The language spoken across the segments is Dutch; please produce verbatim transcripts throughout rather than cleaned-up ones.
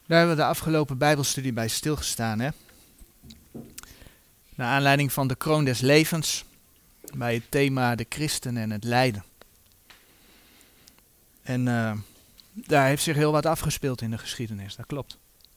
Daar hebben we de afgelopen Bijbelstudie bij stilgestaan, hè? Naar aanleiding van de kroon des levens, bij het thema de christen en het lijden. En uh, daar heeft zich heel wat afgespeeld in de geschiedenis, dat klopt.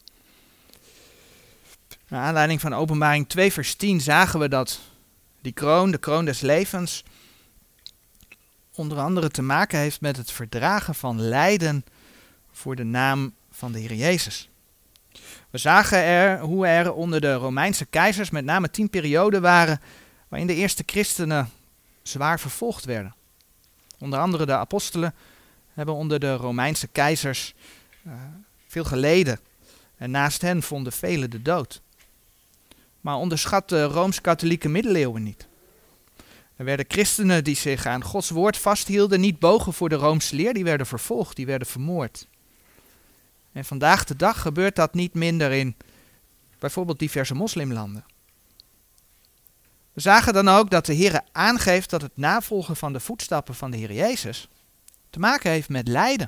Naar aanleiding van Openbaring twee vers tien zagen we dat die kroon, de kroon des levens, onder andere te maken heeft met het verdragen van lijden voor de naam van de Heer Jezus. We zagen er hoe er onder de Romeinse keizers met name tien perioden waren waarin de eerste christenen zwaar vervolgd werden. Onder andere de apostelen hebben onder de Romeinse keizers uh, veel geleden en naast hen vonden velen de dood. Maar onderschat de Rooms-Katholieke middeleeuwen niet. Er werden christenen die zich aan Gods woord vasthielden, niet bogen voor de Roomse leer, die werden vervolgd, die werden vermoord. En vandaag de dag gebeurt dat niet minder in bijvoorbeeld diverse moslimlanden. We zagen dan ook dat de Heer aangeeft dat het navolgen van de voetstappen van de Heer Jezus te maken heeft met lijden.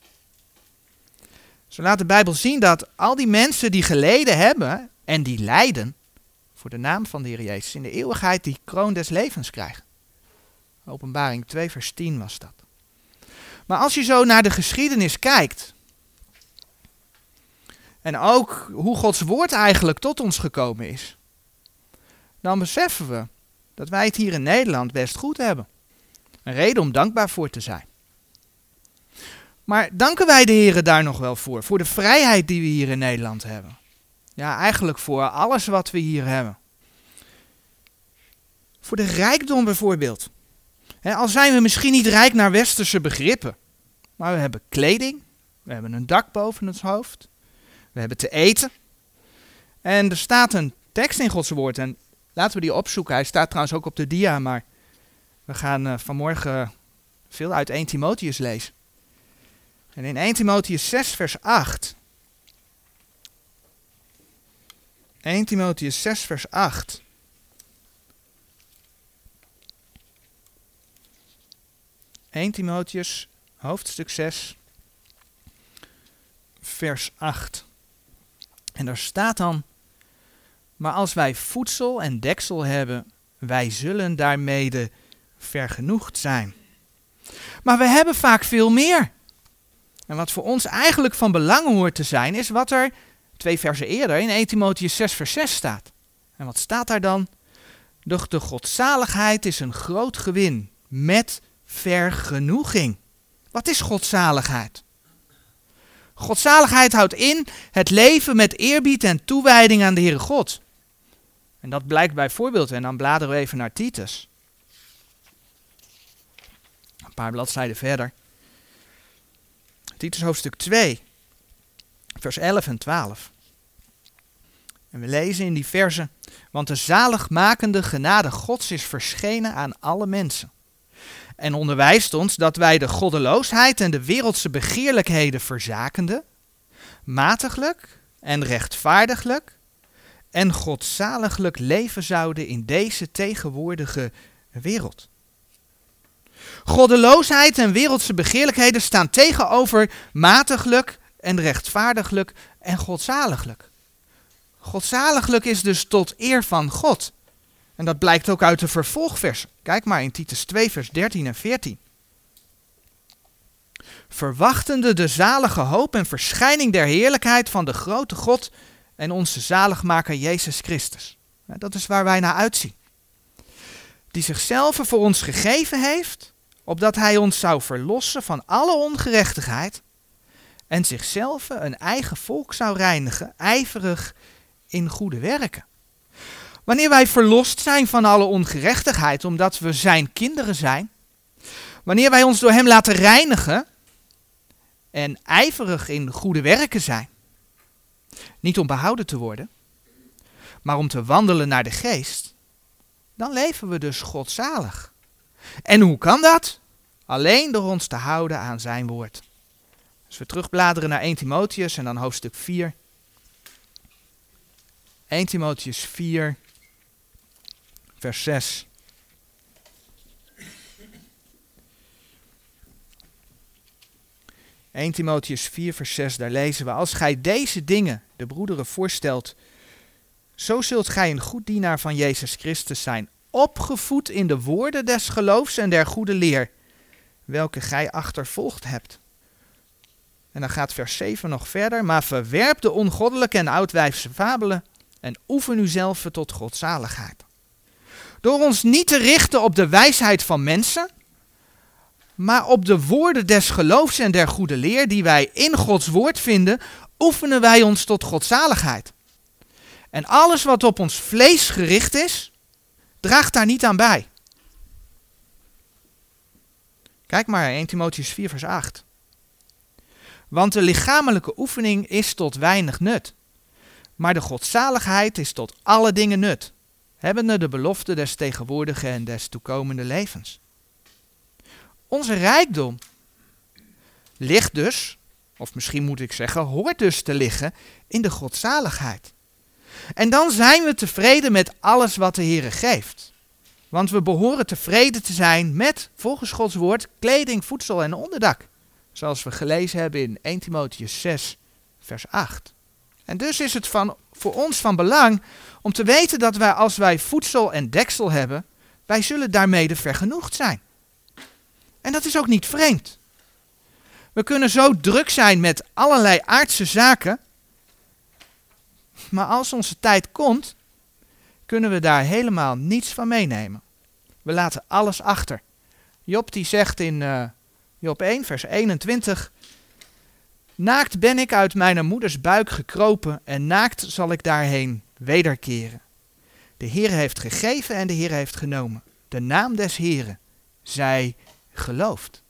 Zo laat de Bijbel zien dat al die mensen die geleden hebben en die lijden voor de naam van de Heer Jezus in de eeuwigheid die kroon des levens krijgen. Openbaring twee vers tien was dat. Maar als je zo naar de geschiedenis kijkt en ook hoe Gods woord eigenlijk tot ons gekomen is, dan beseffen we dat wij het hier in Nederland best goed hebben. Een reden om dankbaar voor te zijn. Maar danken wij de Heer daar nog wel voor? Voor de vrijheid die we hier in Nederland hebben? Ja, eigenlijk voor alles wat we hier hebben. Voor de rijkdom bijvoorbeeld. He, al zijn we misschien niet rijk naar westerse begrippen. Maar we hebben kleding. We hebben een dak boven het hoofd. We hebben te eten. En er staat een tekst in Gods woord. En laten we die opzoeken. Hij staat trouwens ook op de dia. Maar we gaan uh, vanmorgen veel uit eerste Timotheus lezen. En in eerste Timotheus zes vers acht. eerste Timotheus zes vers acht. eerste Timotheus hoofdstuk zes vers acht. En daar staat dan: maar als wij voedsel en deksel hebben, wij zullen daarmede vergenoegd zijn. Maar we hebben vaak veel meer. En wat voor ons eigenlijk van belang hoort te zijn, is wat er twee versen eerder in eerste Timotheus zes vers zes staat. En wat staat daar dan? Doch de godzaligheid is een groot gewin met vergenoeging. Wat is godzaligheid? Godzaligheid houdt in het leven met eerbied en toewijding aan de Heere God. En dat blijkt bijvoorbeeld, en dan bladeren we even naar Titus. Een paar bladzijden verder. Titus hoofdstuk twee, vers elf en twaalf. En we lezen in die verzen: want de zaligmakende genade Gods is verschenen aan alle mensen. En onderwijst ons dat wij de goddeloosheid en de wereldse begeerlijkheden verzakende, matiglijk en rechtvaardiglijk en godzaliglijk leven zouden in deze tegenwoordige wereld. Goddeloosheid en wereldse begeerlijkheden staan tegenover matiglijk en rechtvaardiglijk en godzaliglijk. Godzaliglijk is dus tot eer van God. En dat blijkt ook uit de vervolgversen. Kijk maar in Titus twee vers dertien en veertien. Verwachtende de zalige hoop en verschijning der heerlijkheid van de grote God en onze zaligmaker Jezus Christus. Dat is waar wij naar uitzien. Die zichzelf voor ons gegeven heeft, opdat hij ons zou verlossen van alle ongerechtigheid en zichzelf een eigen volk zou reinigen, ijverig in goede werken. Wanneer wij verlost zijn van alle ongerechtigheid, omdat we zijn kinderen zijn, wanneer wij ons door hem laten reinigen en ijverig in goede werken zijn, niet om behouden te worden, maar om te wandelen naar de geest, dan leven we dus godzalig. En hoe kan dat? Alleen door ons te houden aan zijn woord. Als we terugbladeren naar eerste Timotheus en dan hoofdstuk vier. eerste Timotheus vier, vers zes. eerste Timotheüs vier vers zes, daar lezen we: als gij deze dingen de broederen voorstelt, zo zult gij een goed dienaar van Jezus Christus zijn, opgevoed in de woorden des geloofs en der goede leer, welke gij achtervolgd hebt. En dan gaat vers zeven nog verder: maar verwerp de ongoddelijke en oudwijfse fabelen en oefen uzelf tot godzaligheid. Door ons niet te richten op de wijsheid van mensen, maar op de woorden des geloofs en der goede leer die wij in Gods woord vinden, oefenen wij ons tot godzaligheid. En alles wat op ons vlees gericht is, draagt daar niet aan bij. Kijk maar, eerste Timotheüs vier vers acht. Want de lichamelijke oefening is tot weinig nut, maar de godzaligheid is tot alle dingen nut, hebbende de belofte des tegenwoordige en des toekomende levens. Onze rijkdom ligt dus, of misschien moet ik zeggen, hoort dus te liggen in de godzaligheid. En dan zijn we tevreden met alles wat de Heere geeft. Want we behoren tevreden te zijn met, volgens Gods woord, kleding, voedsel en onderdak. Zoals we gelezen hebben in eerste Timotheüs zes vers acht. En dus is het van, voor ons van belang om te weten dat wij, als wij voedsel en deksel hebben, wij zullen daarmee vergenoegd zijn. En dat is ook niet vreemd. We kunnen zo druk zijn met allerlei aardse zaken, maar als onze tijd komt, kunnen we daar helemaal niets van meenemen. We laten alles achter. Job die zegt in uh, Job één vers eenentwintig, naakt ben ik uit mijn moeders buik gekropen en naakt zal ik daarheen wederkeren. De Heere heeft gegeven en de Heere heeft genomen. De naam des Heeren zij gelooft.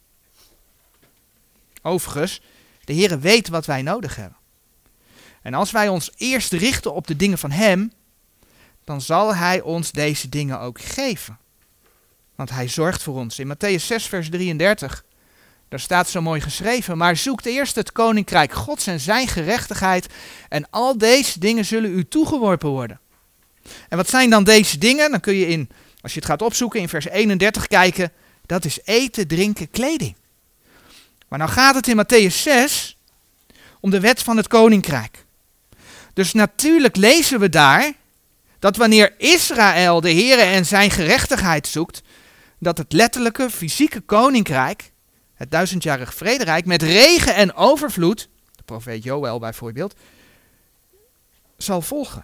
Overigens, de Heere weet wat wij nodig hebben. En als wij ons eerst richten op de dingen van Hem, dan zal Hij ons deze dingen ook geven. Want Hij zorgt voor ons. In Mattheüs zes vers drieëndertig, daar staat zo mooi geschreven, maar zoekt eerst het koninkrijk Gods en zijn gerechtigheid en al deze dingen zullen u toegeworpen worden. En wat zijn dan deze dingen? Dan kun je in, als je het gaat opzoeken, in vers eenendertig kijken, dat is eten, drinken, kleding. Maar nou gaat het in Mattheüs zes om de wet van het koninkrijk. Dus natuurlijk lezen we daar dat wanneer Israël de Heere en zijn gerechtigheid zoekt, dat het letterlijke fysieke koninkrijk, het duizendjarig vrederijk, met regen en overvloed, de profeet Joël bijvoorbeeld, zal volgen.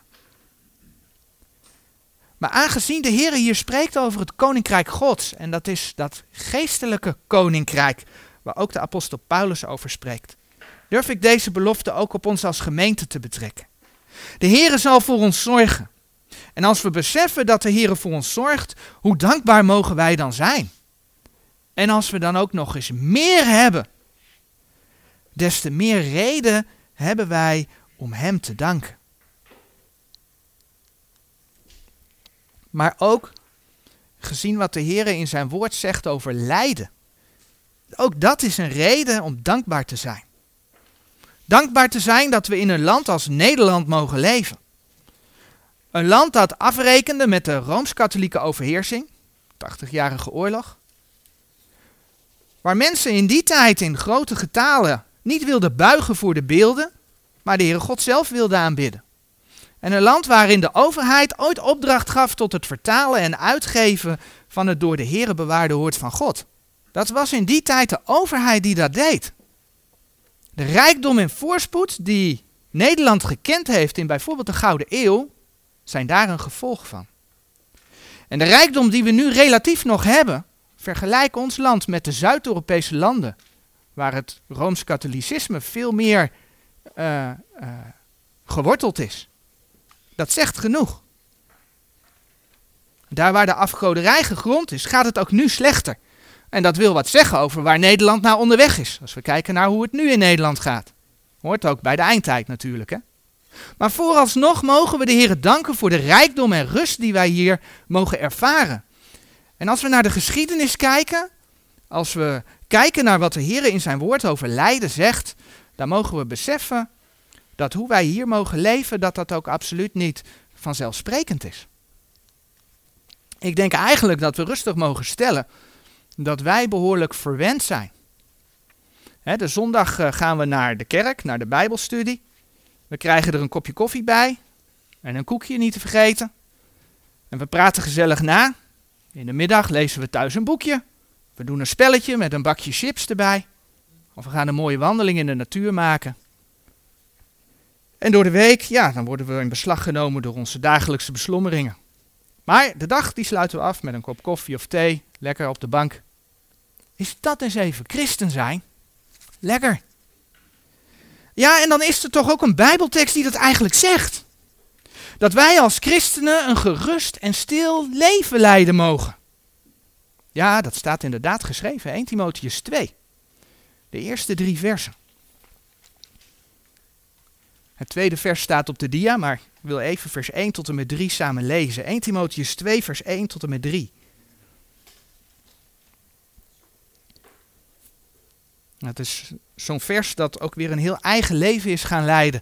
Maar aangezien de Heere hier spreekt over het koninkrijk Gods, en dat is dat geestelijke koninkrijk, waar ook de apostel Paulus over spreekt, durf ik deze belofte ook op ons als gemeente te betrekken. De Heere zal voor ons zorgen. En als we beseffen dat de Heere voor ons zorgt, hoe dankbaar mogen wij dan zijn? En als we dan ook nog eens meer hebben, des te meer reden hebben wij om Hem te danken. Maar ook gezien wat de Heere in zijn woord zegt over lijden. Ook dat is een reden om dankbaar te zijn. Dankbaar te zijn dat we in een land als Nederland mogen leven. Een land dat afrekende met de Rooms-Katholieke overheersing, tachtigjarige oorlog. Waar mensen in die tijd in grote getalen niet wilden buigen voor de beelden, maar de Heere God zelf wilden aanbidden. En een land waarin de overheid ooit opdracht gaf tot het vertalen en uitgeven van het door de Heere bewaarde woord van God. Dat was in die tijd de overheid die dat deed. De rijkdom en voorspoed die Nederland gekend heeft in bijvoorbeeld de Gouden Eeuw, zijn daar een gevolg van. En de rijkdom die we nu relatief nog hebben, vergelijk ons land met de Zuid-Europese landen, waar het Rooms-Katholicisme veel meer uh, uh, geworteld is. Dat zegt genoeg. Daar waar de afgoderij gegrond is, gaat het ook nu slechter. En dat wil wat zeggen over waar Nederland nou onderweg is. Als we kijken naar hoe het nu in Nederland gaat. Hoort ook bij de eindtijd natuurlijk, hè. Maar vooralsnog mogen we de Heere danken voor de rijkdom en rust die wij hier mogen ervaren. En als we naar de geschiedenis kijken, als we kijken naar wat de Heere in zijn woord over lijden zegt, dan mogen we beseffen dat hoe wij hier mogen leven, dat dat ook absoluut niet vanzelfsprekend is. Ik denk eigenlijk dat we rustig mogen stellen dat wij behoorlijk verwend zijn. He, de zondag uh, gaan we naar de kerk, naar de bijbelstudie. We krijgen er een kopje koffie bij en een koekje niet te vergeten. En we praten gezellig na. In de middag lezen we thuis een boekje. We doen een spelletje met een bakje chips erbij. Of we gaan een mooie wandeling in de natuur maken. En door de week, ja, dan worden we in beslag genomen door onze dagelijkse beslommeringen. Maar de dag die sluiten we af met een kop koffie of thee, lekker op de bank. Is dat eens even christen zijn? Lekker. Ja, en dan is er toch ook een bijbeltekst die dat eigenlijk zegt. Dat wij als christenen een gerust en stil leven leiden mogen. Ja, dat staat inderdaad geschreven, Eerste Timotheüs twee. De eerste drie versen. Het tweede vers staat op de dia, maar ik wil even vers één tot en met drie samen lezen. Eerste Timotheüs twee, vers één tot en met drie. Het is zo'n vers dat ook weer een heel eigen leven is gaan leiden.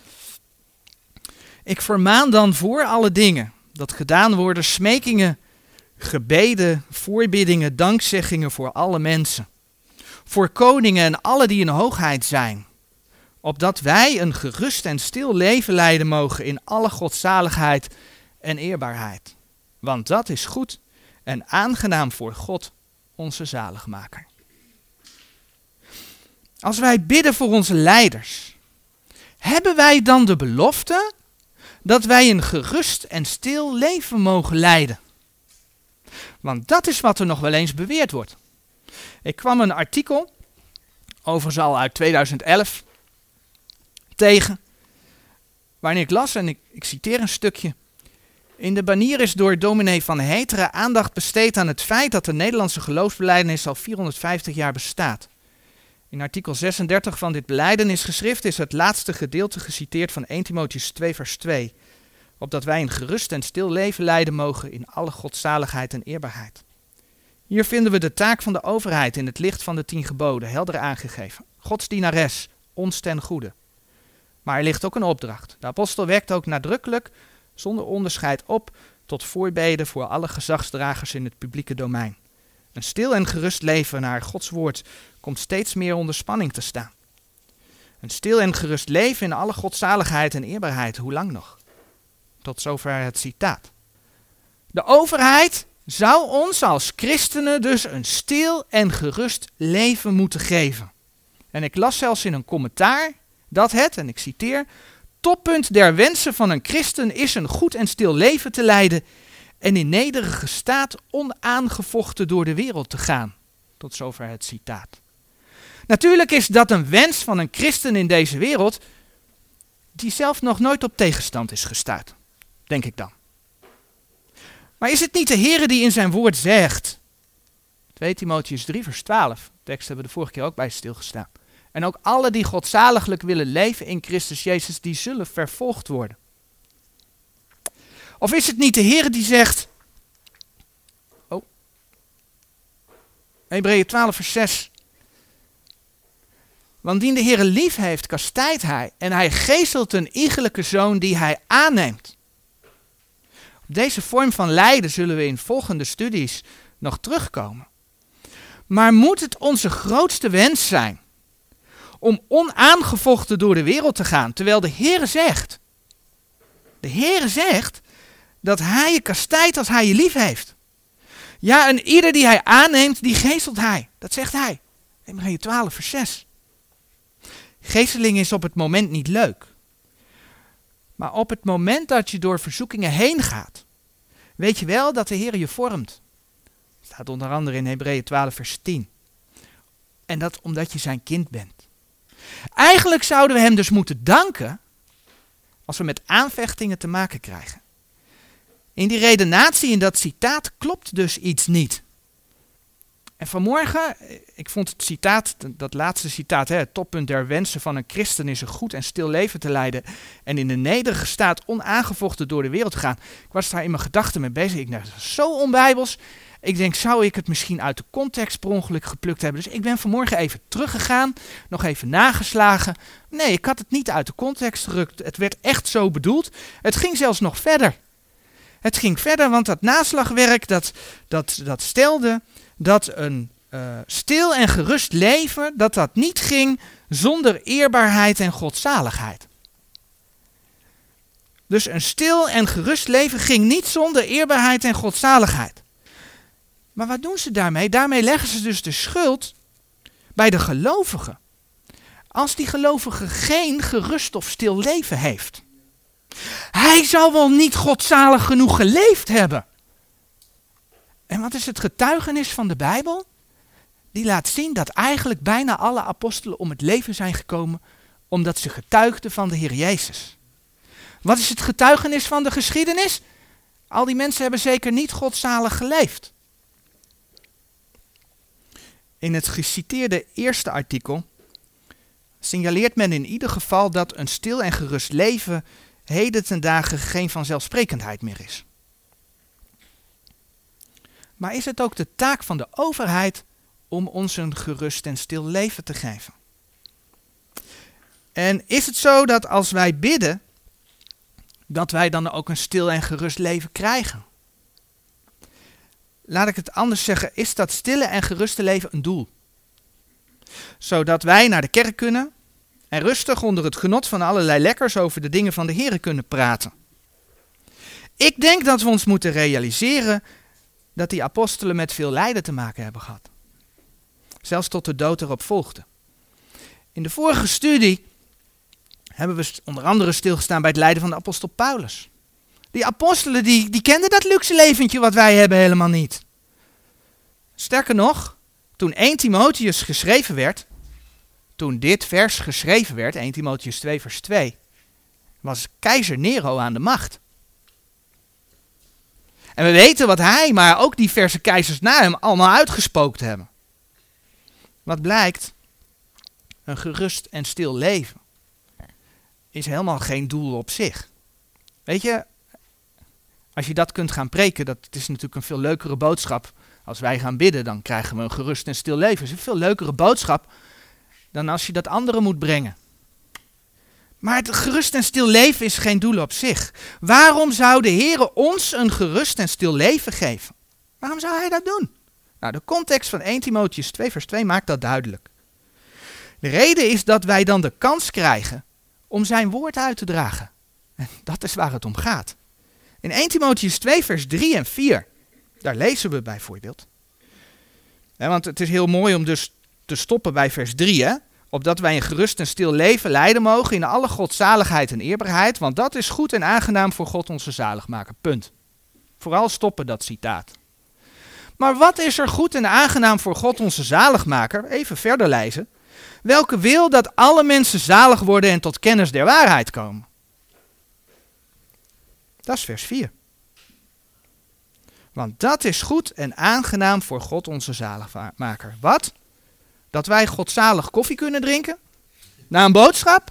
Ik vermaan dan voor alle dingen dat gedaan worden smekingen, gebeden, voorbiddingen, dankzeggingen voor alle mensen. Voor koningen en alle die in hoogheid zijn. Opdat wij een gerust en stil leven leiden mogen in alle godzaligheid en eerbaarheid. Want dat is goed en aangenaam voor God, onze zaligmaker. Als wij bidden voor onze leiders, hebben wij dan de belofte dat wij een gerust en stil leven mogen leiden? Want dat is wat er nog wel eens beweerd wordt. Ik kwam een artikel, overigens al uit tweeduizend elf, tegen, waarin ik las, en ik, ik citeer een stukje. In de banier is door dominee Van Heteren aandacht besteed aan het feit dat de Nederlandse geloofsbelijdenis al vierhonderdvijftig jaar bestaat. In artikel zesendertig van dit belijdenisgeschrift is het laatste gedeelte geciteerd van Eerste Timotheüs twee vers twee. Opdat wij een gerust en stil leven leiden mogen in alle godzaligheid en eerbaarheid. Hier vinden we de taak van de overheid in het licht van de tien geboden, helder aangegeven. Gods dienares, ons ten goede. Maar er ligt ook een opdracht. De apostel werkt ook nadrukkelijk, zonder onderscheid op, tot voorbeden voor alle gezagsdragers in het publieke domein. Een stil en gerust leven naar Gods woord komt steeds meer onder spanning te staan. Een stil en gerust leven in alle godzaligheid en eerbaarheid, hoe lang nog? Tot zover het citaat. De overheid zou ons als christenen dus een stil en gerust leven moeten geven. En ik las zelfs in een commentaar dat het, en ik citeer, toppunt der wensen van een christen is een goed en stil leven te leiden en in nederige staat onaangevochten door de wereld te gaan. Tot zover het citaat. Natuurlijk is dat een wens van een christen in deze wereld die zelf nog nooit op tegenstand is gestuit, denk ik dan. Maar is het niet de Heere die in zijn woord zegt, Tweede Timotheüs drie vers twaalf, de tekst hebben we de vorige keer ook bij stilgestaan. En ook alle die godzaliglijk willen leven in Christus Jezus, die zullen vervolgd worden. Of is het niet de Heere die zegt, oh, Hebreeën twaalf vers zes. Want die de Heere lief heeft, kastijdt hij en hij geeselt een iegelijke zoon die hij aanneemt. Op deze vorm van lijden zullen we in volgende studies nog terugkomen. Maar moet het onze grootste wens zijn om onaangevochten door de wereld te gaan, terwijl de Heere zegt, de Heere zegt dat hij je kastijdt als hij je lief heeft. Ja, en ieder die hij aanneemt, die geestelt hij. Dat zegt hij. Hebreeën twaalf vers zes. Geesteling is op het moment niet leuk. Maar op het moment dat je door verzoekingen heen gaat, weet je wel dat de Heer je vormt. Dat staat onder andere in Hebreeën twaalf vers tien. En dat omdat je zijn kind bent. Eigenlijk zouden we hem dus moeten danken als we met aanvechtingen te maken krijgen. In die redenatie, in dat citaat, klopt dus iets niet. En vanmorgen, ik vond het citaat, dat laatste citaat, hè, het toppunt der wensen van een christen is een goed en stil leven te leiden en in de nederige staat onaangevochten door de wereld te gaan. Ik was daar in mijn gedachten mee bezig. Ik dacht, dat is zo onbijbels. Ik denk, zou ik het misschien uit de context per ongeluk geplukt hebben? Dus ik ben vanmorgen even teruggegaan, nog even nageslagen. Nee, ik had het niet uit de context gerukt. Het werd echt zo bedoeld. Het ging zelfs nog verder. Het ging verder, want dat naslagwerk, dat, dat, dat stelde dat een, uh, stil en gerust leven, dat dat niet ging zonder eerbaarheid en godzaligheid. Dus een stil en gerust leven ging niet zonder eerbaarheid en godzaligheid. Maar wat doen ze daarmee? Daarmee leggen ze dus de schuld bij de gelovigen. Als die gelovige geen gerust of stil leven heeft. Hij zal wel niet godzalig genoeg geleefd hebben. En wat is het getuigenis van de Bijbel? Die laat zien dat eigenlijk bijna alle apostelen om het leven zijn gekomen omdat ze getuigden van de Heer Jezus. Wat is het getuigenis van de geschiedenis? Al die mensen hebben zeker niet godzalig geleefd. In het geciteerde eerste artikel signaleert men in ieder geval dat een stil en gerust leven heden ten dagen geen vanzelfsprekendheid meer is. Maar is het ook de taak van de overheid om ons een gerust en stil leven te geven? En is het zo dat als wij bidden, dat wij dan ook een stil en gerust leven krijgen? Laat ik het anders zeggen, is dat stille en geruste leven een doel? Zodat wij naar de kerk kunnen en rustig onder het genot van allerlei lekkers over de dingen van de Heer kunnen praten. Ik denk dat we ons moeten realiseren dat die apostelen met veel lijden te maken hebben gehad. Zelfs tot de dood erop volgde. In de vorige studie hebben we onder andere stilgestaan bij het lijden van de apostel Paulus. Die apostelen die, die kenden dat luxe leventje wat wij hebben helemaal niet. Sterker nog, toen eerste Timotheus geschreven werd, toen dit vers geschreven werd, eerste Timotheus twee vers twee, was keizer Nero aan de macht. En we weten wat hij, maar ook diverse keizers na hem allemaal uitgespookt hebben. Wat blijkt? Een gerust en stil leven is helemaal geen doel op zich. Weet je, als je dat kunt gaan preken, dat het is natuurlijk een veel leukere boodschap. Als wij gaan bidden, dan krijgen we een gerust en stil leven. Het is een veel leukere boodschap dan als je dat anderen moet brengen. Maar het gerust en stil leven is geen doel op zich. Waarom zou de Heer ons een gerust en stil leven geven? Waarom zou hij dat doen? Nou, de context van eerste Timotheus twee vers twee maakt dat duidelijk. De reden is dat wij dan de kans krijgen om zijn woord uit te dragen. En dat is waar het om gaat. In eerste Timotheus twee vers drie en vier, daar lezen we bijvoorbeeld. Ja, want het is heel mooi om dus te stoppen bij vers drie, hè? Opdat wij een gerust en stil leven leiden mogen in alle godzaligheid en eerbaarheid, want dat is goed en aangenaam voor God onze zaligmaker. Punt. Vooral stoppen dat citaat. Maar wat is er goed en aangenaam voor God onze zaligmaker? Even verder lezen. Welke wil dat alle mensen zalig worden en tot kennis der waarheid komen. Dat is vers vier. Want dat is goed en aangenaam voor God onze zaligmaker. Wat? Dat wij godzalig koffie kunnen drinken? Na een boodschap?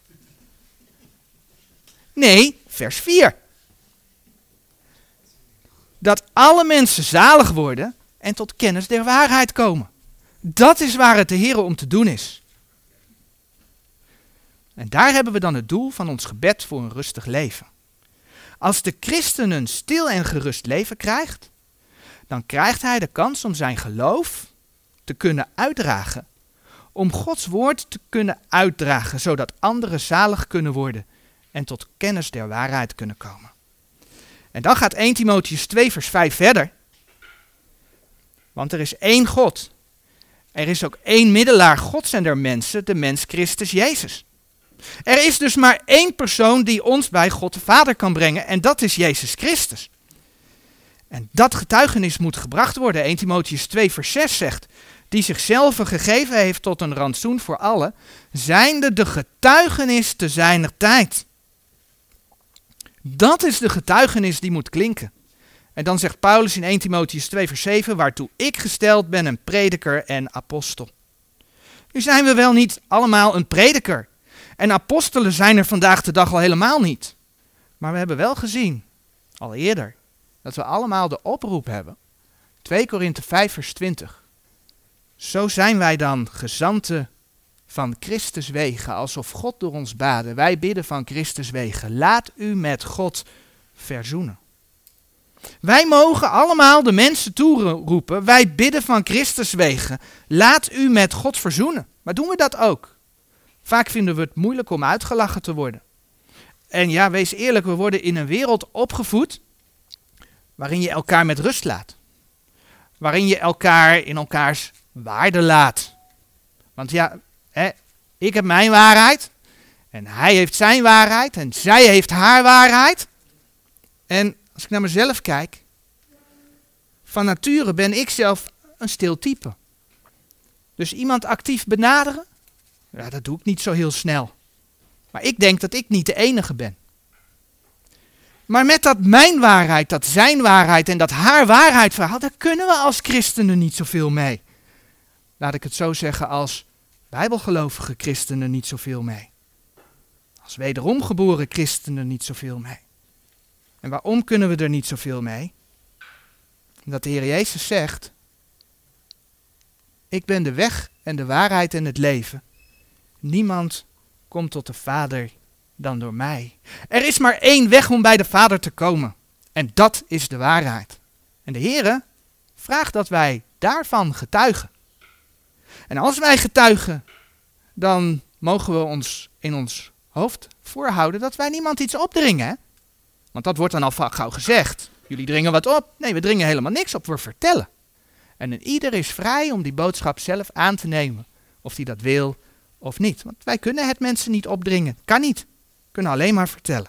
Nee, vers vier. Dat alle mensen zalig worden en tot kennis der waarheid komen. Dat is waar het de Heer om te doen is. En daar hebben we dan het doel van ons gebed voor een rustig leven. Als de christen een stil en gerust leven krijgt, dan krijgt hij de kans om zijn geloof te kunnen uitdragen. Om Gods woord te kunnen uitdragen, zodat anderen zalig kunnen worden en tot kennis der waarheid kunnen komen. En dan gaat eerste Timotheus twee vers vijf verder. Want er is één God. Er is ook één middelaar Gods en der mensen, de mens Christus Jezus. Er is dus maar één persoon die ons bij God de Vader kan brengen en dat is Jezus Christus. En dat getuigenis moet gebracht worden. eerste Timotheus twee vers zes zegt, die zichzelf gegeven heeft tot een rantsoen voor allen, zijnde de getuigenis te zijner tijd. Dat is de getuigenis die moet klinken. En dan zegt Paulus in eerste Timotheus twee vers zeven, waartoe ik gesteld ben een prediker en apostel. Nu zijn we wel niet allemaal een prediker. En apostelen zijn er vandaag de dag al helemaal niet. Maar we hebben wel gezien, al eerder, dat we allemaal de oproep hebben. twee Korinthe vijf vers twintig. Zo zijn wij dan gezanten van Christus wegen, alsof God door ons baden. Wij bidden van Christus wegen. Laat u met God verzoenen. Wij mogen allemaal de mensen toeroepen, wij bidden van Christus wegen, laat u met God verzoenen. Maar doen we dat ook? Vaak vinden we het moeilijk om uitgelachen te worden. En ja, wees eerlijk, we worden in een wereld opgevoed waarin je elkaar met rust laat. Waarin je elkaar in elkaars waarde laat. Want ja, hè, ik heb mijn waarheid en hij heeft zijn waarheid en zij heeft haar waarheid. En als ik naar mezelf kijk, van nature ben ik zelf een stil type. Dus iemand actief benaderen, ja, dat doe ik niet zo heel snel. Maar ik denk dat ik niet de enige ben. Maar met dat mijn waarheid, dat zijn waarheid en dat haar waarheid verhaal, daar kunnen we als christenen niet zoveel mee. Laat ik het zo zeggen, als bijbelgelovige christenen niet zoveel mee. Als wederom geboren christenen niet zoveel mee. En waarom kunnen we er niet zoveel mee? Omdat de Heer Jezus zegt, ik ben de weg en de waarheid en het leven. Niemand komt tot de Vader dan door mij. Er is maar één weg om bij de Vader te komen. En dat is de waarheid. En de Heer vraagt dat wij daarvan getuigen. En als wij getuigen, dan mogen we ons in ons hoofd voorhouden dat wij niemand iets opdringen. Hè? Want dat wordt dan al gauw gezegd. Jullie dringen wat op. Nee, we dringen helemaal niks op, we vertellen. En een ieder is vrij om die boodschap zelf aan te nemen. Of hij dat wil of niet. Want wij kunnen het mensen niet opdringen. Kan niet. We kunnen alleen maar vertellen.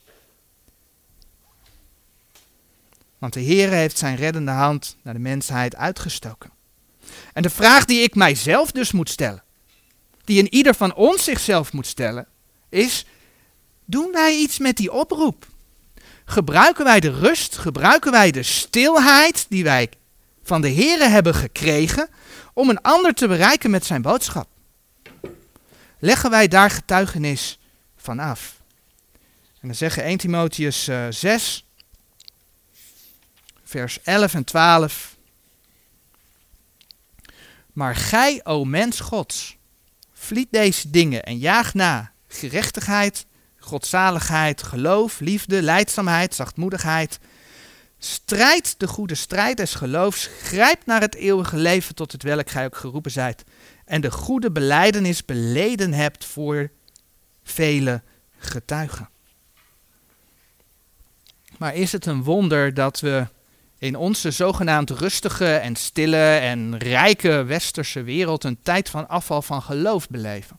Want de Heer heeft zijn reddende hand naar de mensheid uitgestoken. En de vraag die ik mijzelf dus moet stellen, die een ieder van ons zichzelf moet stellen, is, doen wij iets met die oproep? Gebruiken wij de rust, gebruiken wij de stilheid die wij van de Heere hebben gekregen om een ander te bereiken met zijn boodschap? Leggen wij daar getuigenis van af? En dan zeggen Eerste Timotheüs uh, zes, vers elf en twaalf. Maar gij, o mens Gods, vliet deze dingen en jaag na gerechtigheid, godzaligheid, geloof, liefde, lijdzaamheid, zachtmoedigheid. Strijd de goede strijd des geloofs, grijp naar het eeuwige leven tot het welk gij ook geroepen zijt. En de goede belijdenis beleden hebt voor vele getuigen. Maar is het een wonder dat we in onze zogenaamd rustige en stille en rijke westerse wereld een tijd van afval van geloof beleven?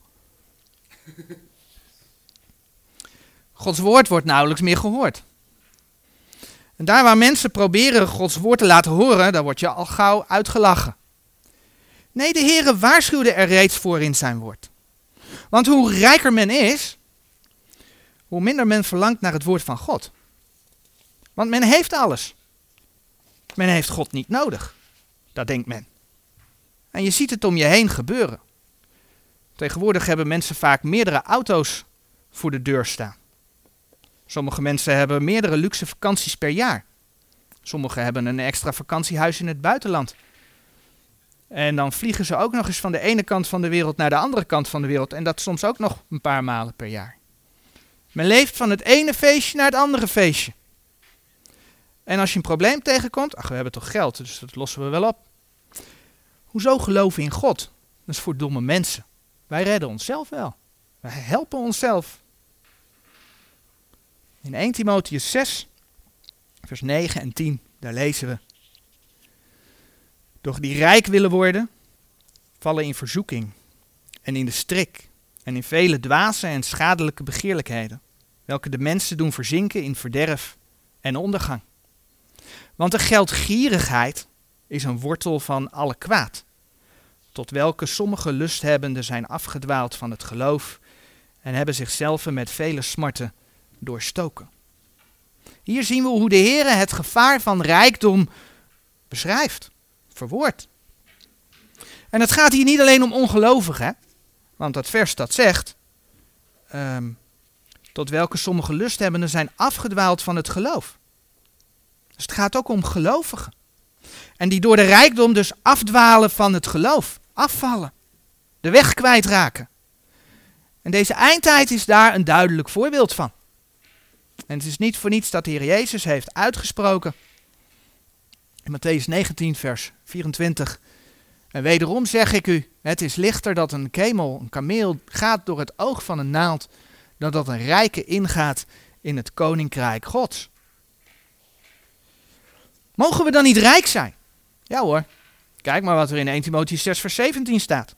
Gods woord wordt nauwelijks meer gehoord. En daar waar mensen proberen Gods woord te laten horen, daar word je al gauw uitgelachen. Nee, de Heere waarschuwde er reeds voor in zijn woord. Want hoe rijker men is, hoe minder men verlangt naar het woord van God. Want men heeft alles. Men heeft God niet nodig. Dat denkt men. En je ziet het om je heen gebeuren. Tegenwoordig hebben mensen vaak meerdere auto's voor de deur staan. Sommige mensen hebben meerdere luxe vakanties per jaar. Sommigen hebben een extra vakantiehuis in het buitenland. En dan vliegen ze ook nog eens van de ene kant van de wereld naar de andere kant van de wereld. En dat soms ook nog een paar malen per jaar. Men leeft van het ene feestje naar het andere feestje. En als je een probleem tegenkomt, ach, we hebben toch geld, dus dat lossen we wel op. Hoezo geloven in God? Dat is voor domme mensen. Wij redden onszelf wel. Wij helpen onszelf. In Eerste Timotheüs zes, vers negen en tien, daar lezen we. Doch die rijk willen worden, vallen in verzoeking en in de strik en in vele dwaze en schadelijke begeerlijkheden, welke de mensen doen verzinken in verderf en ondergang. Want de geldgierigheid is een wortel van alle kwaad, tot welke sommige lusthebbenden zijn afgedwaald van het geloof en hebben zichzelf met vele smarten doorstoken. Hier zien we hoe de Heere het gevaar van rijkdom beschrijft, verwoordt. En het gaat hier niet alleen om ongelovigen, hè? Want dat vers dat zegt, um, tot welke sommige lusthebbenden zijn afgedwaald van het geloof. Dus het gaat ook om gelovigen. En die door de rijkdom dus afdwalen van het geloof, afvallen, de weg kwijtraken. En deze eindtijd is daar een duidelijk voorbeeld van. En het is niet voor niets dat de Heer Jezus heeft uitgesproken. Mattheüs negentien, vers vierentwintig. En wederom zeg ik u, het is lichter dat een kemel, een kameel, gaat door het oog van een naald, dan dat een rijke ingaat in het koninkrijk Gods. Mogen we dan niet rijk zijn? Ja hoor, kijk maar wat er in eerste Timotheüs zes, vers zeventien staat.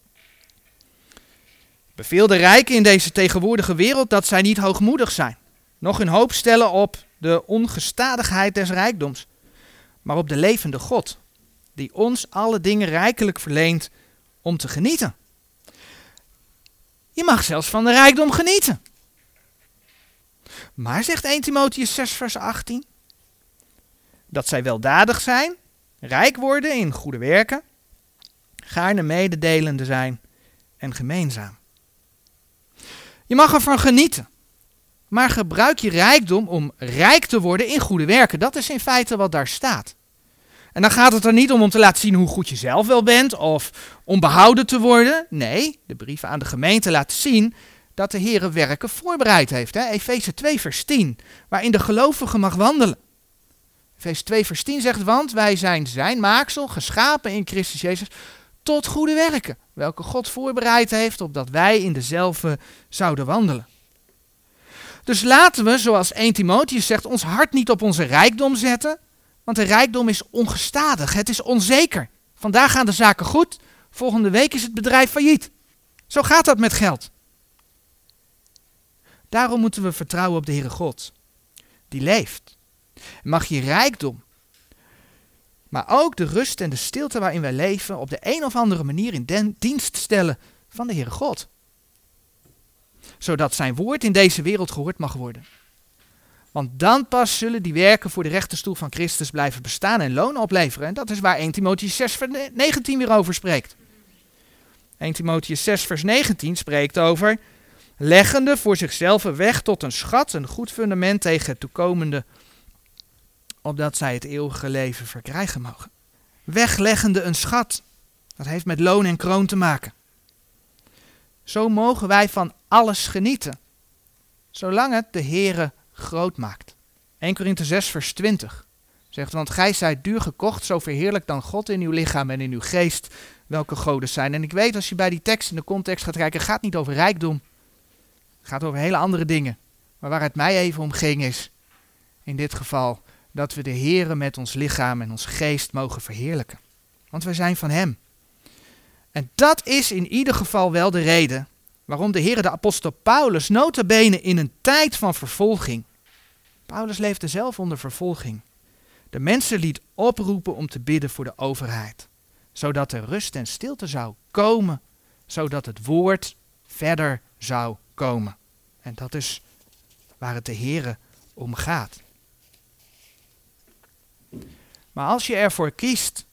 Beveel de rijken in deze tegenwoordige wereld dat zij niet hoogmoedig zijn, noch hun hoop stellen op de ongestadigheid des rijkdoms, maar op de levende God, die ons alle dingen rijkelijk verleent om te genieten. Je mag zelfs van de rijkdom genieten. Maar, zegt eerste Timotheüs zes, vers achttien, dat zij weldadig zijn, rijk worden in goede werken, gaarne mededelende zijn en gemeenzaam. Je mag ervan genieten, maar gebruik je rijkdom om rijk te worden in goede werken. Dat is in feite wat daar staat. En dan gaat het er niet om om te laten zien hoe goed je zelf wel bent of om behouden te worden. Nee, de brief aan de gemeente laat zien dat de Heere werken voorbereid heeft. Hè? Efeze twee vers tien, waarin de gelovige mag wandelen. Efeze twee vers tien zegt, want wij zijn zijn maaksel, geschapen in Christus Jezus, tot goede werken, welke God voorbereid heeft, opdat wij in dezelfde zouden wandelen. Dus laten we, zoals eerste Timotheüs zegt, ons hart niet op onze rijkdom zetten, want de rijkdom is ongestadig, het is onzeker. Vandaag gaan de zaken goed, volgende week is het bedrijf failliet. Zo gaat dat met geld. Daarom moeten we vertrouwen op de Heere God, die leeft. Mag je rijkdom, maar ook de rust en de stilte waarin wij leven, op de een of andere manier in den dienst stellen van de Heere God. Zodat zijn woord in deze wereld gehoord mag worden. Want dan pas zullen die werken voor de rechterstoel van Christus blijven bestaan en loon opleveren. En dat is waar eerste Timotheüs zes vers negentien weer over spreekt. eerste Timotheüs zes vers negentien spreekt over leggende voor zichzelf weg tot een schat, een goed fundament tegen het toekomende, opdat zij het eeuwige leven verkrijgen mogen. Wegleggende een schat, dat heeft met loon en kroon te maken. Zo mogen wij van alles genieten, zolang het de Heere groot maakt. eerste Korinthe zes vers twintig zegt, want gij zijt duur gekocht, zo verheerlijk dan God in uw lichaam en in uw geest, welke goden zijn. En ik weet, als je bij die tekst in de context gaat kijken, het gaat niet over rijkdom. Het gaat over hele andere dingen. Maar waar het mij even om ging is, in dit geval, dat we de Heere met ons lichaam en ons geest mogen verheerlijken. Want wij zijn van hem. En dat is in ieder geval wel de reden waarom de Heere de apostel Paulus nota bene in een tijd van vervolging. Paulus leefde zelf onder vervolging. De mensen liet oproepen om te bidden voor de overheid. Zodat er rust en stilte zou komen. Zodat het woord verder zou komen. En dat is waar het de Heere om gaat. Maar als je ervoor kiest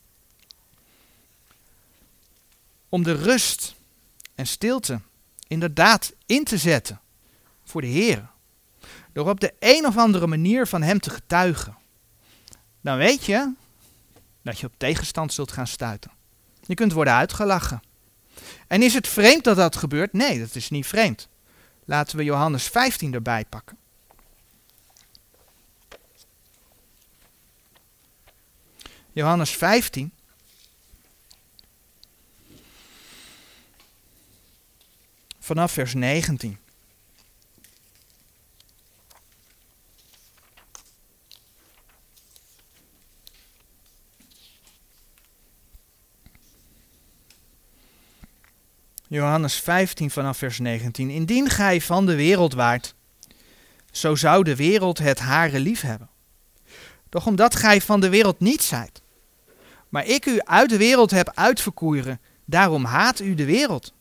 om de rust en stilte inderdaad in te zetten voor de Heere, door op de een of andere manier van hem te getuigen, dan weet je dat je op tegenstand zult gaan stuiten. Je kunt worden uitgelachen. En is het vreemd dat dat gebeurt? Nee, dat is niet vreemd. Laten we Johannes vijftien erbij pakken. Johannes vijftien. Vanaf vers negentien. Johannes vijftien vanaf vers negentien. Indien gij van de wereld waart, zo zou de wereld het hare lief hebben. Doch omdat gij van de wereld niet zijt, maar ik u uit de wereld heb uitverkoren, daarom haat u de wereld.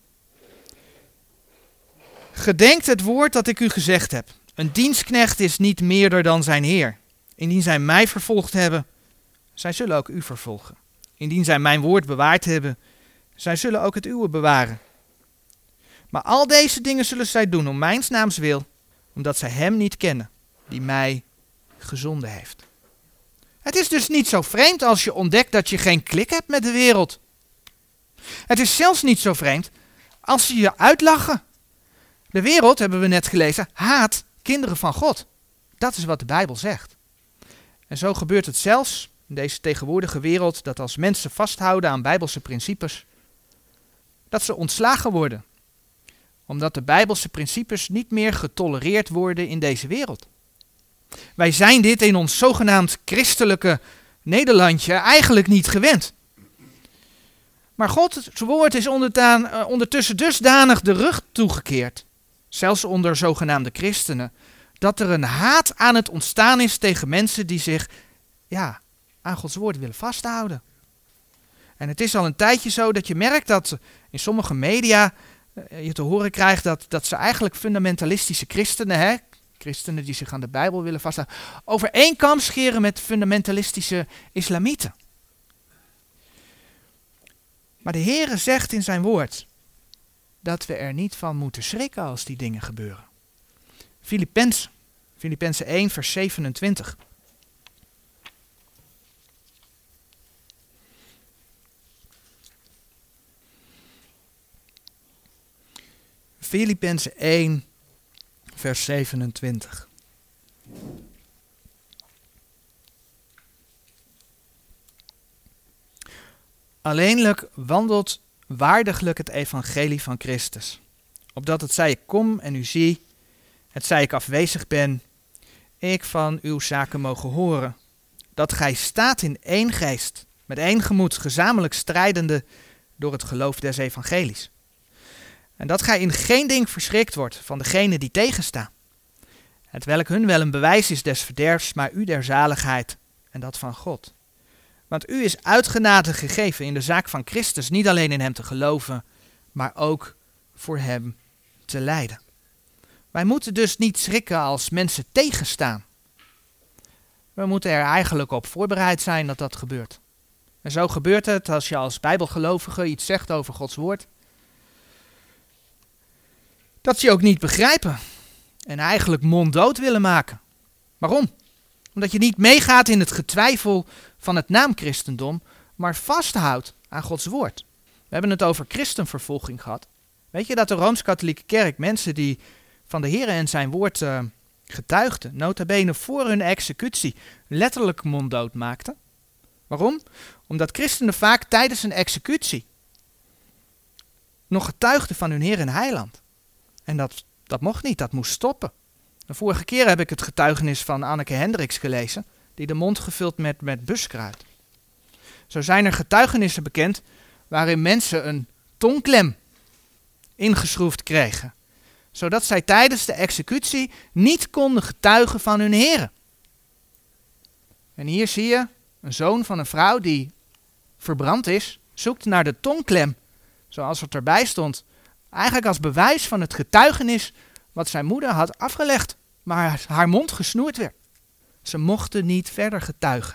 Gedenkt het woord dat ik u gezegd heb. Een dienstknecht is niet meerder dan zijn heer. Indien zij mij vervolgd hebben, zij zullen ook u vervolgen. Indien zij mijn woord bewaard hebben, zij zullen ook het uwe bewaren. Maar al deze dingen zullen zij doen om mijns naams wil, omdat zij hem niet kennen, die mij gezonden heeft. Het is dus niet zo vreemd als je ontdekt dat je geen klik hebt met de wereld. Het is zelfs niet zo vreemd als ze je uitlachen. De wereld, hebben we net gelezen, haat kinderen van God. Dat is wat de Bijbel zegt. En zo gebeurt het zelfs in deze tegenwoordige wereld, dat als mensen vasthouden aan bijbelse principes, dat ze ontslagen worden. Omdat de bijbelse principes niet meer getolereerd worden in deze wereld. Wij zijn dit in ons zogenaamd christelijke Nederlandje eigenlijk niet gewend. Maar Gods woord is ondertussen dusdanig de rug toegekeerd, zelfs onder zogenaamde christenen, dat er een haat aan het ontstaan is tegen mensen die zich ja, aan Gods woord willen vasthouden. En het is al een tijdje zo dat je merkt dat in sommige media uh, je te horen krijgt dat, dat ze eigenlijk fundamentalistische christenen, hè, christenen die zich aan de Bijbel willen vasthouden, over één kam scheren met fundamentalistische islamieten. Maar de Heere zegt in zijn woord dat we er niet van moeten schrikken als die dingen gebeuren. Filippenzen, Filippenzen één vers zevenentwintig. Filippenzen één vers zevenentwintig. Alleenlijk wandelt waardiglijk het evangelie van Christus, opdat het zij ik kom en u zie, het zij ik afwezig ben, ik van uw zaken mogen horen, dat gij staat in één geest, met één gemoed, gezamenlijk strijdende door het geloof des evangelies. En dat gij in geen ding verschrikt wordt van degene die tegenstaan, hetwelk hun wel een bewijs is des verderfs, maar u der zaligheid, en dat van God. Want u is uit genade gegeven in de zaak van Christus, niet alleen in hem te geloven, maar ook voor hem te lijden. Wij moeten dus niet schrikken als mensen tegenstaan. We moeten er eigenlijk op voorbereid zijn dat dat gebeurt. En zo gebeurt het als je als bijbelgelovige iets zegt over Gods woord, dat ze je ook niet begrijpen en eigenlijk monddood willen maken. Waarom? Omdat je niet meegaat in het getwijfel van het naamchristendom, maar vasthoudt aan Gods woord. We hebben het over christenvervolging gehad. Weet je dat de Rooms-Katholieke Kerk mensen die van de Heere en zijn woord uh, getuigden, nota bene voor hun executie, letterlijk monddood maakten? Waarom? Omdat christenen vaak tijdens een executie nog getuigden van hun Heer en Heiland. En dat, dat mocht niet, dat moest stoppen. De vorige keer heb ik het getuigenis van Anneke Hendricks gelezen, die de mond gevuld met, met buskruid. Zo zijn er getuigenissen bekend waarin mensen een tongklem ingeschroefd kregen, zodat zij tijdens de executie niet konden getuigen van hun Heere. En hier zie je een zoon van een vrouw die verbrand is, zoekt naar de tongklem, zoals het erbij stond, eigenlijk als bewijs van het getuigenis wat zijn moeder had afgelegd, maar haar mond gesnoerd werd. Ze mochten niet verder getuigen.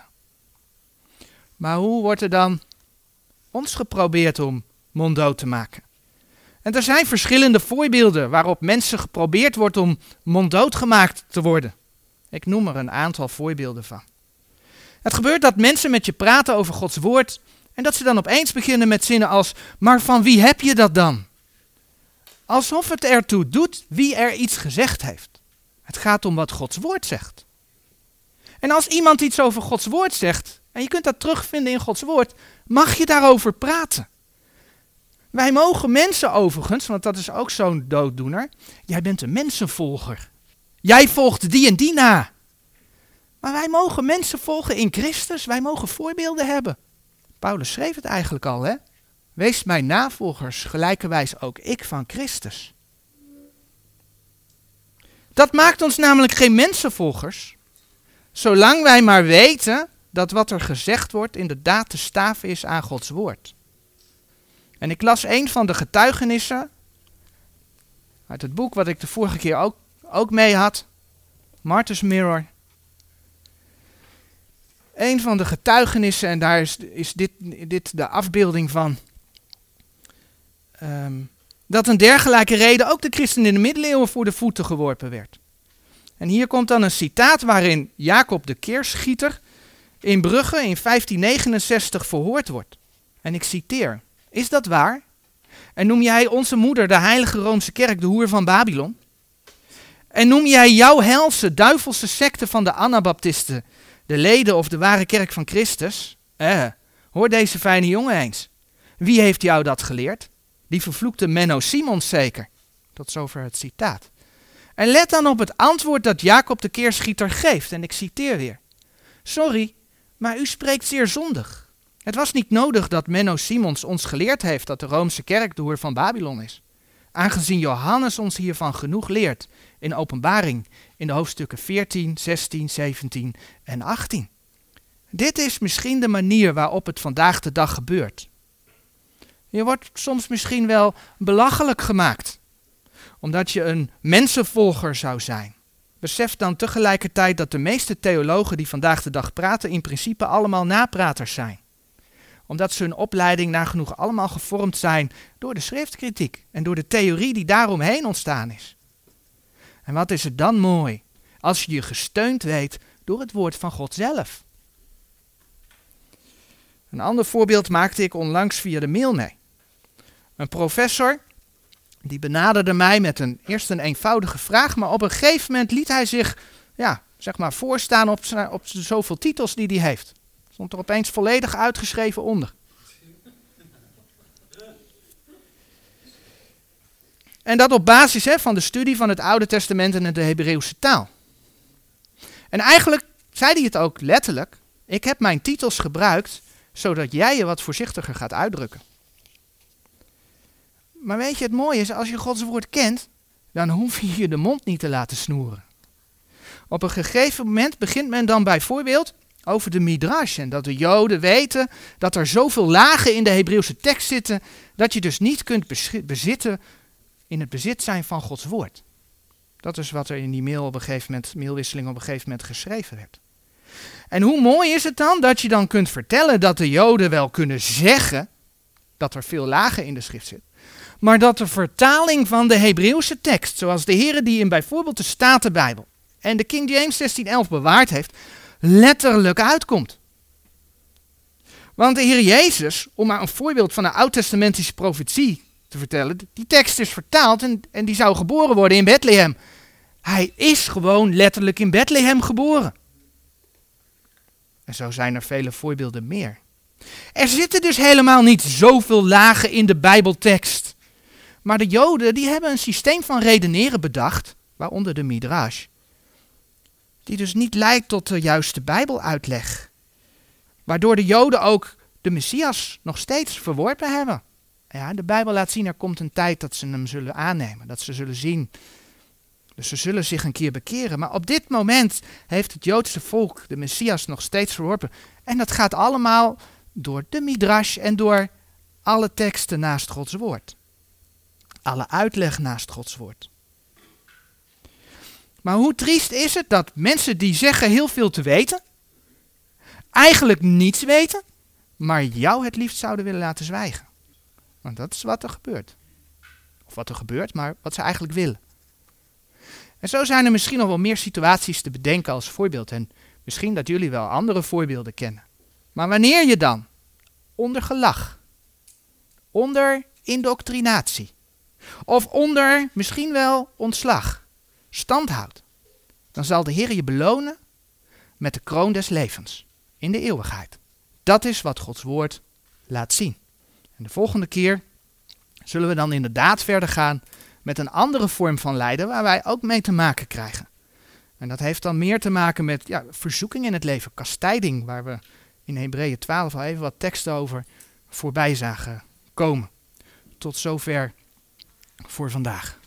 Maar hoe wordt er dan ons geprobeerd om monddood te maken? En er zijn verschillende voorbeelden waarop mensen geprobeerd wordt om monddood gemaakt te worden. Ik noem er een aantal voorbeelden van. Het gebeurt dat mensen met je praten over Gods woord en dat ze dan opeens beginnen met zinnen als, maar van wie heb je dat dan? Alsof het ertoe doet wie er iets gezegd heeft. Het gaat om wat Gods woord zegt. En als iemand iets over Gods woord zegt, en je kunt dat terugvinden in Gods woord, mag je daarover praten. Wij mogen mensen overigens, want dat is ook zo'n dooddoener, jij bent een mensenvolger. Jij volgt die en die na. Maar wij mogen mensen volgen in Christus, wij mogen voorbeelden hebben. Paulus schreef het eigenlijk al, hè? Wees mijn navolgers, gelijkerwijs ook ik van Christus. Dat maakt ons namelijk geen mensenvolgers, zolang wij maar weten dat wat er gezegd wordt inderdaad te staven is aan Gods woord. En ik las een van de getuigenissen uit het boek wat ik de vorige keer ook, ook mee had, Martyr's Mirror. Een van de getuigenissen, en daar is, is dit, dit de afbeelding van, um, dat een dergelijke reden ook de christen in de middeleeuwen voor de voeten geworpen werd. En hier komt dan een citaat waarin Jacob de Keerschieter in Brugge in vijftien negenenzestig verhoord wordt. En ik citeer, is dat waar? En noem jij onze moeder, de heilige Roomse kerk, de hoer van Babylon? En noem jij jouw helse, duivelse secte van de Anabaptisten, de leden of de ware kerk van Christus. Eh, hoor deze fijne jongen eens. Wie heeft jou dat geleerd? Die vervloekte Menno Simons zeker. Tot zover het citaat. En let dan op het antwoord dat Jacob de keerschieter geeft. En ik citeer weer. Sorry, maar u spreekt zeer zondig. Het was niet nodig dat Menno Simons ons geleerd heeft dat de Roomse kerk de hoer van Babylon is. Aangezien Johannes ons hiervan genoeg leert in Openbaring in de hoofdstukken veertien, zestien, zeventien en achttien. Dit is misschien de manier waarop het vandaag de dag gebeurt. Je wordt soms misschien wel belachelijk gemaakt, omdat je een mensenvolger zou zijn. Besef dan tegelijkertijd dat de meeste theologen die vandaag de dag praten in principe allemaal napraters zijn. Omdat ze hun opleiding nagenoeg allemaal gevormd zijn door de schriftkritiek en door de theorie die daaromheen ontstaan is. En wat is het dan mooi als je je gesteund weet door het woord van God zelf. Een ander voorbeeld maakte ik onlangs via de mail mee. Een professor die benaderde mij met een, eerst een eenvoudige vraag, maar op een gegeven moment liet hij zich ja, zeg maar voorstaan op, zijn, op de zoveel titels die hij heeft. Stond er opeens volledig uitgeschreven onder. En dat op basis hè, van de studie van het Oude Testament en de Hebreeuwse taal. En eigenlijk zei hij het ook letterlijk. Ik heb mijn titels gebruikt zodat jij je wat voorzichtiger gaat uitdrukken. Maar weet je, het mooie is, als je Gods woord kent, dan hoef je je de mond niet te laten snoeren. Op een gegeven moment begint men dan bijvoorbeeld over de Midrash. En dat de Joden weten dat er zoveel lagen in de Hebreeuwse tekst zitten, dat je dus niet kunt bezitten in het bezit zijn van Gods woord. Dat is wat er in die mail op een gegeven moment, mailwisseling op een gegeven moment geschreven werd. En hoe mooi is het dan dat je dan kunt vertellen dat de Joden wel kunnen zeggen dat er veel lagen in de schrift zit, maar dat de vertaling van de Hebreeuwse tekst, zoals de Heere die in bijvoorbeeld de Statenbijbel en de King James zestien elf bewaard heeft, letterlijk uitkomt. Want de Heer Jezus, om maar een voorbeeld van een oud-testamentische profetie te vertellen, die tekst is vertaald en, en die zou geboren worden in Bethlehem. Hij is gewoon letterlijk in Bethlehem geboren. En zo zijn er vele voorbeelden meer. Er zitten dus helemaal niet zoveel lagen in de Bijbeltekst. Maar de Joden die hebben een systeem van redeneren bedacht, waaronder de Midrash, die dus niet leidt tot de juiste Bijbeluitleg. Waardoor de Joden ook de Messias nog steeds verworpen hebben. Ja, de Bijbel laat zien, er komt een tijd dat ze hem zullen aannemen, dat ze zullen zien. Dus ze zullen zich een keer bekeren. Maar op dit moment heeft het Joodse volk de Messias nog steeds verworpen. En dat gaat allemaal door de Midrash en door alle teksten naast Gods woord. Alle uitleg naast Gods woord. Maar hoe triest is het dat mensen die zeggen heel veel te weten, eigenlijk niets weten, maar jou het liefst zouden willen laten zwijgen. Want dat is wat er gebeurt. Of wat er gebeurt, maar wat ze eigenlijk willen. En zo zijn er misschien nog wel meer situaties te bedenken als voorbeeld. En misschien dat jullie wel andere voorbeelden kennen. Maar wanneer je dan onder gelach, onder indoctrinatie, of onder misschien wel ontslag, stand houdt, dan zal de Heer je belonen met de kroon des levens in de eeuwigheid. Dat is wat Gods woord laat zien. En de volgende keer zullen we dan inderdaad verder gaan met een andere vorm van lijden waar wij ook mee te maken krijgen. En dat heeft dan meer te maken met ja, verzoeking in het leven, kastijding, waar we in Hebreeën twaalf al even wat teksten over voorbij zagen komen. Tot zover voor vandaag.